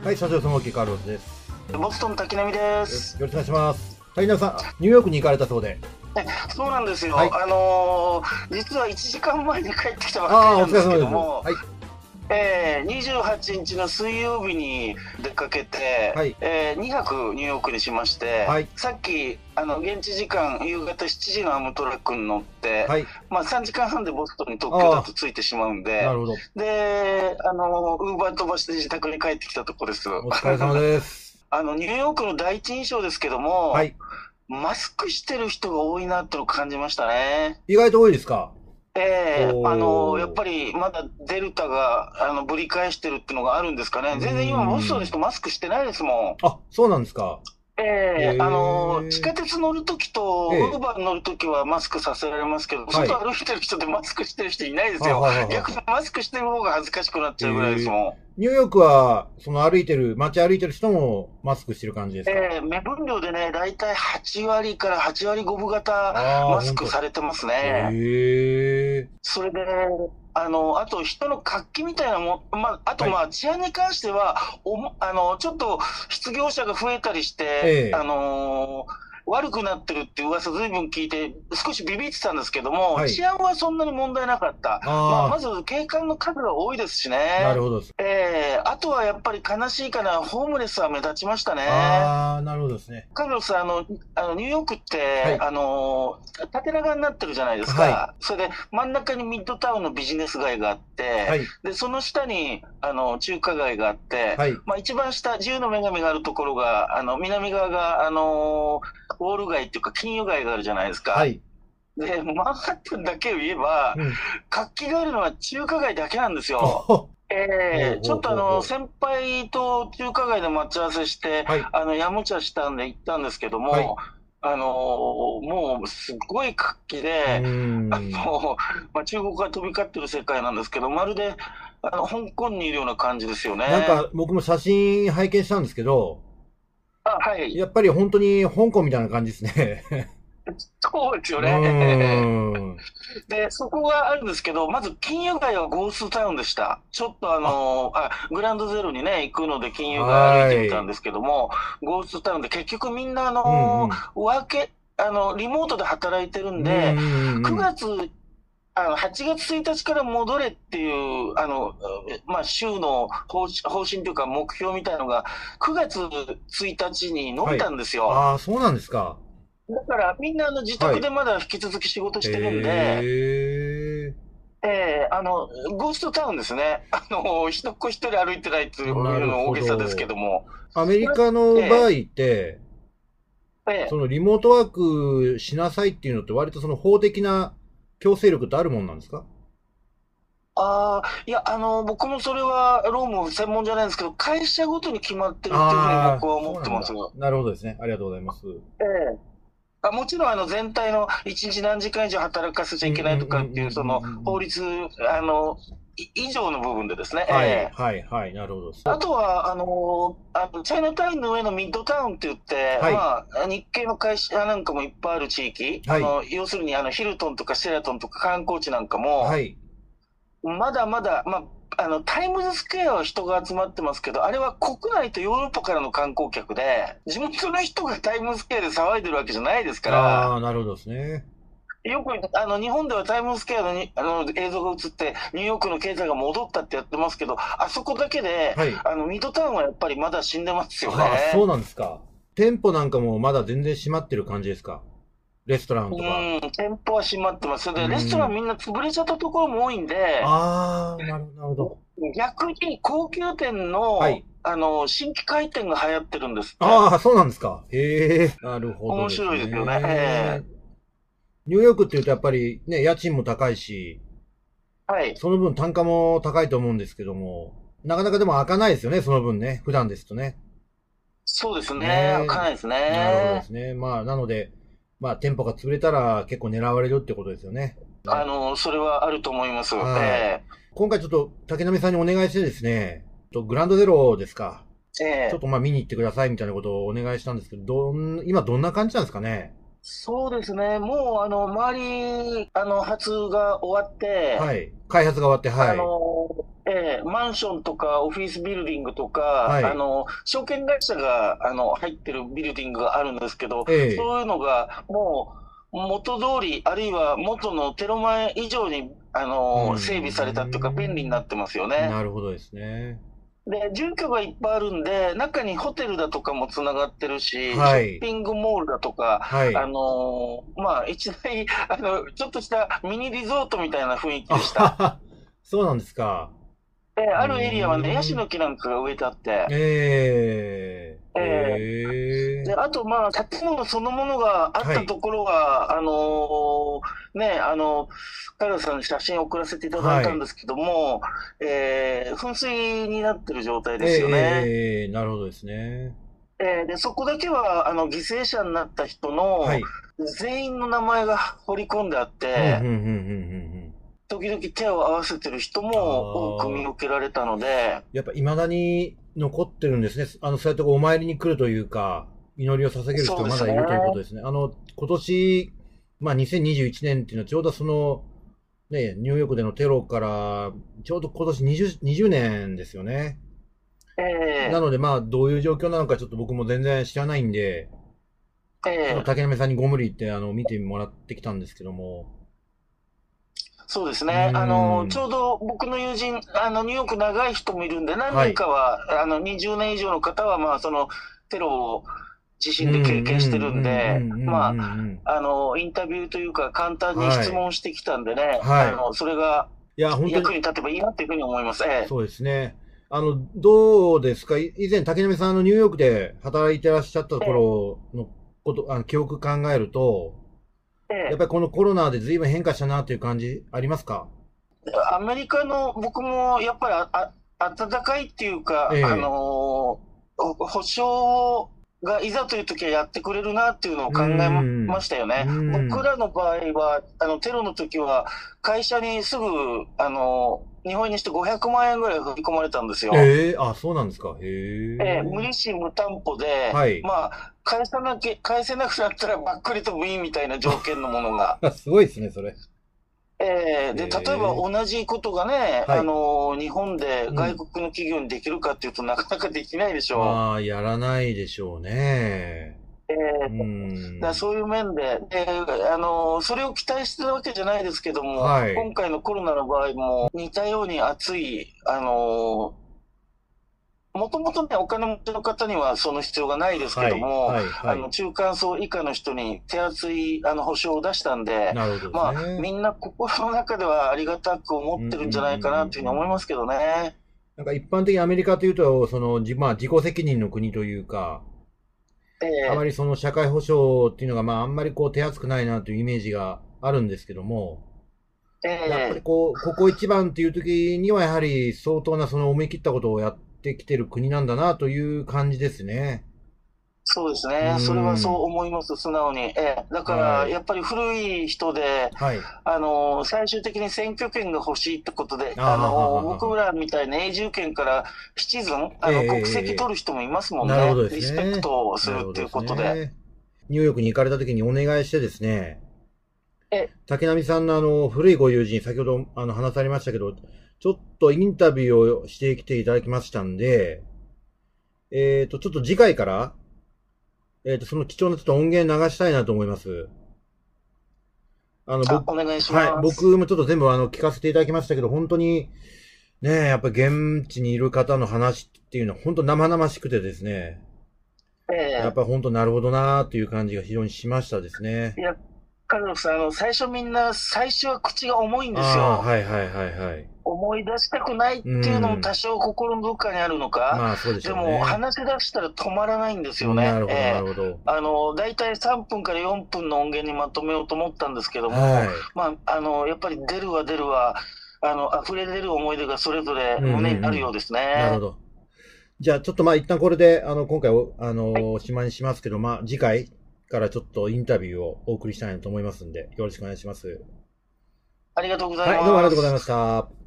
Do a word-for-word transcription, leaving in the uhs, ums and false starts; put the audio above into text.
はい、社長その木カルロスです。 ボストン滝波です。 よろしくお願いします。滝波さん、ニューヨークに行かれたそうで。 え、そうなんですよ。 はい、 あのー、実はいちじかんまえに帰ってきたばっかりなんですけども、はい、えー、にじゅうはちにちの水曜日に出かけて、はい、えー、にはくニューヨークにしまして、はい、さっきあの現地時間夕方しちじのアムトラックに乗って、はい、まあ、さんじかんはんでボストンに特急だと着いてしまうんで、 なるほど。 で、あのウーバー飛ばして自宅に帰ってきたところです。 お疲れ様です。 あのニューヨークの第一印象ですけども、はい、マスクしてる人が多いなってのを感じましたね。 意外と多いですか？ ええー、あのやっぱりまだデルタがあのぶり返してるっていうのがあるんですかね。全然今ボストンの人マスクしてないですもん。 あ、そうなんですか。 ええー、あの地下鉄乗るときとウーバー乗るときはマスクさせられますけど、はい、外歩いてる人でマスクしてる人いないですよ。逆にマスクしてる方が恥ずかしくなっちゃうぐらいですもん。 ニューヨークは、その歩いてる、街歩いてる人もマスクしてる感じですか？ ええー、目分量でね、だいたいはちわりからはちわりごぶ型マスクされてますね。 へー。 それで、あの、あと人の活気みたいなもん、まあ、あとまあ、治安に関しては、おも、あの、ちょっと失業者が増えたりして、ええ、あのー、悪くなってるって噂ずいぶん聞いて、少しビビってたんですけども、はい、治安はそんなに問題なかった。あ、まあ、まず警官の数が多いですしね。 なるほど。 ええー、あとはやっぱり悲しいかな、ホームレスは目立ちましたね。 ああ、なるほどですね。 カルロス、あの、あのニューヨークって、はい、あの、縦長になってるじゃないですか。はい、それで真ん中にミッドタウンのビジネス街があって、はい、で、その下に、あの、中華街があって、はい、まあ一番下、自由の女神があるところが、あの、南側が、あの、ウォール街っていうか金融街があるじゃないですか。はい、で、マンハッタンだけを言えば、うん、活気があるのは中華街だけなんですよ。ええー、ちょっとあの、先輩と中華街で待ち合わせして、はい、あの、ヤムチャしたんで行ったんですけども、はい、あのー、もう、すごい活気で、あの、まあ、中国が飛び交ってる世界なんですけど、まるで、あの、香港にいるような感じですよね。 なんか、僕も写真拝見したんですけど、 あ、はい。 やっぱり本当に香港みたいな感じですね。 そうですよね。で、そこがあるんですけど、まず金融街はゴーストタウンでした。ちょっとあの、あ、グランドゼロにね、行くので金融街歩いてみたんですけども、ゴーストタウンで結局みんなあの、うんうん、分け、あの、リモートで働いてるんで、くがつ、あの、はちがつついたちから戻れっていう、あの、まあ、州の方針、方針というか目標みたいなのが、くがつついたちに伸びたんですよ。 はい、ああ、そうなんですか。 だからみんなあの自宅でまだ引き続き仕事してるんで、はい、えー、えー、あの、ゴーストタウンですね。あの、人っ子一人歩いてないっていうの大げさですけども。 アメリカの場合って、えー、そのリモートワークしなさいっていうのって割とその法的な強制力ってあるもんなんですか？ ああ、いや、あの、僕もそれは、ローム専門じゃないんですけど、会社ごとに決まってるっていうふうに僕は思ってますが。 なるほどですね。ありがとうございます。 ええーあもちろんあの全体のいちにち何時間以上働かせちゃいけないとかっていうその法律あの以上の部分でですね。 はい、えー、はいはいなるほど。 あとはあのあのチャイナタウンの上のミッドタウンって言って、はい、まあ日系の会社なんかもいっぱいある地域、はい、あの要するにあのヒルトンとかシェラトンとか観光地なんかも、はい、まだまだまああの、タイムズスクエアは人が集まってますけど、あれは国内とヨーロッパからの観光客で、地元の人がタイムズスクエアで騒いでるわけじゃないですから。 ああ、なるほどですね。 よく、あの、日本ではタイムズスクエアのにあの映像が映って、ニューヨークの経済が戻ったってやってますけど、あそこだけで、はい、あの、ミッドタウンはやっぱりまだ死んでますよね。 ああ、そうなんですか。店舗なんかもまだ全然閉まってる感じですか？レストランとか。 うん、店舗は閉まってます。で、レストランみんな潰れちゃったところも多いんで、 ああ、なるほど。 逆に高級店の、はい、あの、新規開店が流行ってるんですって。 ああ、そうなんですか。へえ、なるほど、ね。 面白いですよね。えー、 ニューヨークって言うとやっぱりね、家賃も高いし、はい。その分単価も高いと思うんですけども、なかなかでも開かないですよね、その分ね。普段ですとね。 そうですね。ね開かないですね。 なるほどですね。まあ、なので、まあ、店舗が潰れたら結構狙われるってことですよね。 あの、それはあると思います。 えー、今回ちょっと竹波さんにお願いしてですね、グランドゼロですか。えー、ちょっとまあ見に行ってくださいみたいなことをお願いしたんですけど、どん、今どんな感じなんですかね。 そうですね。もう、あの、周り、あの、発が終わって、 はい。開発が終わって、はい。 あの、ええー、マンションとかオフィスビルディングとか、はい、あの証券会社があの入ってるビルディングがあるんですけど、えー、そういうのがもう元通り、あるいは元のテロ前以上にあの整備されたというか便利になってますよね。 なるほどですね。 で、住居がいっぱいあるんで、中にホテルだとかもつながってるし、はい、ショッピングモールだとか、はい、あのー、まあ、一大、あの、ちょっとしたミニリゾートみたいな雰囲気でした。 そうなんですか。 で、あるエリアはね、ヤシの木なんかが植えてあって。 えー、 えー、で、あと、まあ、建物そのものがあったところが、はい、あのー、ね、あの、カイラさんに写真を送らせていただいたんですけども、はい、えー、噴水になってる状態ですよね。 えー、なるほどですね。 えー、で、そこだけは、あの、犠牲者になった人の、全員の名前が彫り込んであって、時々手を合わせてる人も多く見受けられたので。 やっぱ未だに残ってるんですね。あの、そうやってお参りに来るというか、祈りを捧げる人がまだいるということですね。あの、今年、まあにせんにじゅういちねんっていうのはちょうどその、ね、ニューヨークでのテロから、ちょうど今年にじゅう、にじゅうねんですよね。えー、なのでまあ、どういう状況なのかちょっと僕も全然知らないんで、えー、竹波さんにご無理言ってあの見てもらってきたんですけども。 そうですね。あの、ちょうど僕の友人、あの、ニューヨーク長い人もいるんで、何人かは、はい、あの、にじゅうねん以上の方は、まあ、その、テロを自身で経験してるんで、まあ、あの、インタビューというか、簡単に質問してきたんでね、はい、あの、それが、役に立てばいいなっていうふうに思います。ええ、 そうですね。あの、どうですか以前、竹波さんのニューヨークで働いてらっしゃった頃のこと、あの、記憶考えると、やっぱりこのコロナで随分変化したなという感じありますか？ アメリカの僕もやっぱりああ暖かいっていうか、ええ、あのー、保証がいざという時はやってくれるなっていうのを考えましたよね。僕らの場合は、あのテロの時は会社にすぐ、あのー、日本円にしてごひゃくまんえんぐらい振り込まれたんですよ。 ええー、あ、そうなんですか。へええー、無利子無担保で、はい、まあ、返さなきゃ、返せなくなったらばっくりともいいみたいな条件のものが。 すごいですね、それ。 えー、で、例えば同じことがね、はい、あの、日本で外国の企業にできるかっていうと、うん、なかなかできないでしょう。 まあ、やらないでしょうね。 えー、うんだそういう面で、で、あの、それを期待してるわけじゃないですけども、はい、今回のコロナの場合も似たように熱い、あの、もともとね、お金持ちの方にはその必要がないですけども、はいはいはい、あの中間層以下の人に手厚いあの保証を出したんで、なるほどですね、まあ、みんな心の中ではありがたく思ってるんじゃないかなというふうに思いますけどね。 なんか一般的にアメリカというと、その、まあ、自己責任の国というか、えー、あまりその社会保障っていうのが、まあ、あんまりこう手厚くないなというイメージがあるんですけども、えー、やっぱりこう、ここ一番っていう時にはやはり相当なその思い切ったことをやってきてる国なんだなという感じですね。 そうですね。それはそう思います、素直に。えー、だから、やっぱり古い人で、はい、あの、最終的に選挙権が欲しいってことで、あの、僕らみたいな永住権からシチズン、あの、えー、国籍取る人もいますもんね。なるほどですね。リスペクトをするっていうことで、ね。 ニューヨークに行かれた時にお願いしてですね、え竹波さんのあの、古いご友人、先ほどあの話されましたけど、ちょっとインタビューをしてきていただきましたんで、えっと、ちょっと次回から、えっと、その貴重なちょっと音源流したいなと思います。 あの、僕、お願いします。 はい、僕もちょっと全部あの、聞かせていただきましたけど、本当に、ねえ、やっぱり現地にいる方の話っていうのは本当生々しくてですね、ええ、やっぱり本当なるほどなーっていう感じが非常にしましたですね。 いやカルロスさん、あの、最初みんな、最初は口が重いんですよ。 はいはいはいはい。 思い出したくないっていうのも多少心のどっかにあるのか。まあそうでしょうね。でも、話し出したら止まらないんですよね。なるほど、なるほど。あの、だいたいさんぷんからよんぷんの音源にまとめようと思ったんですけども、はい、まあ、あの、やっぱり出るわ出るわ、あの、溢れ出る思い出がそれぞれ胸にあるようですね。うんうんうん、なるほど。 じゃあ、ちょっとまあ一旦これで、あの、今回お、あの、はい、おしまいにしますけど、まあ次回、からちょっとインタビューをお送りしたいなと思いますんで、よろしくお願いします。 ありがとうございます。 はい、どうもありがとうございました。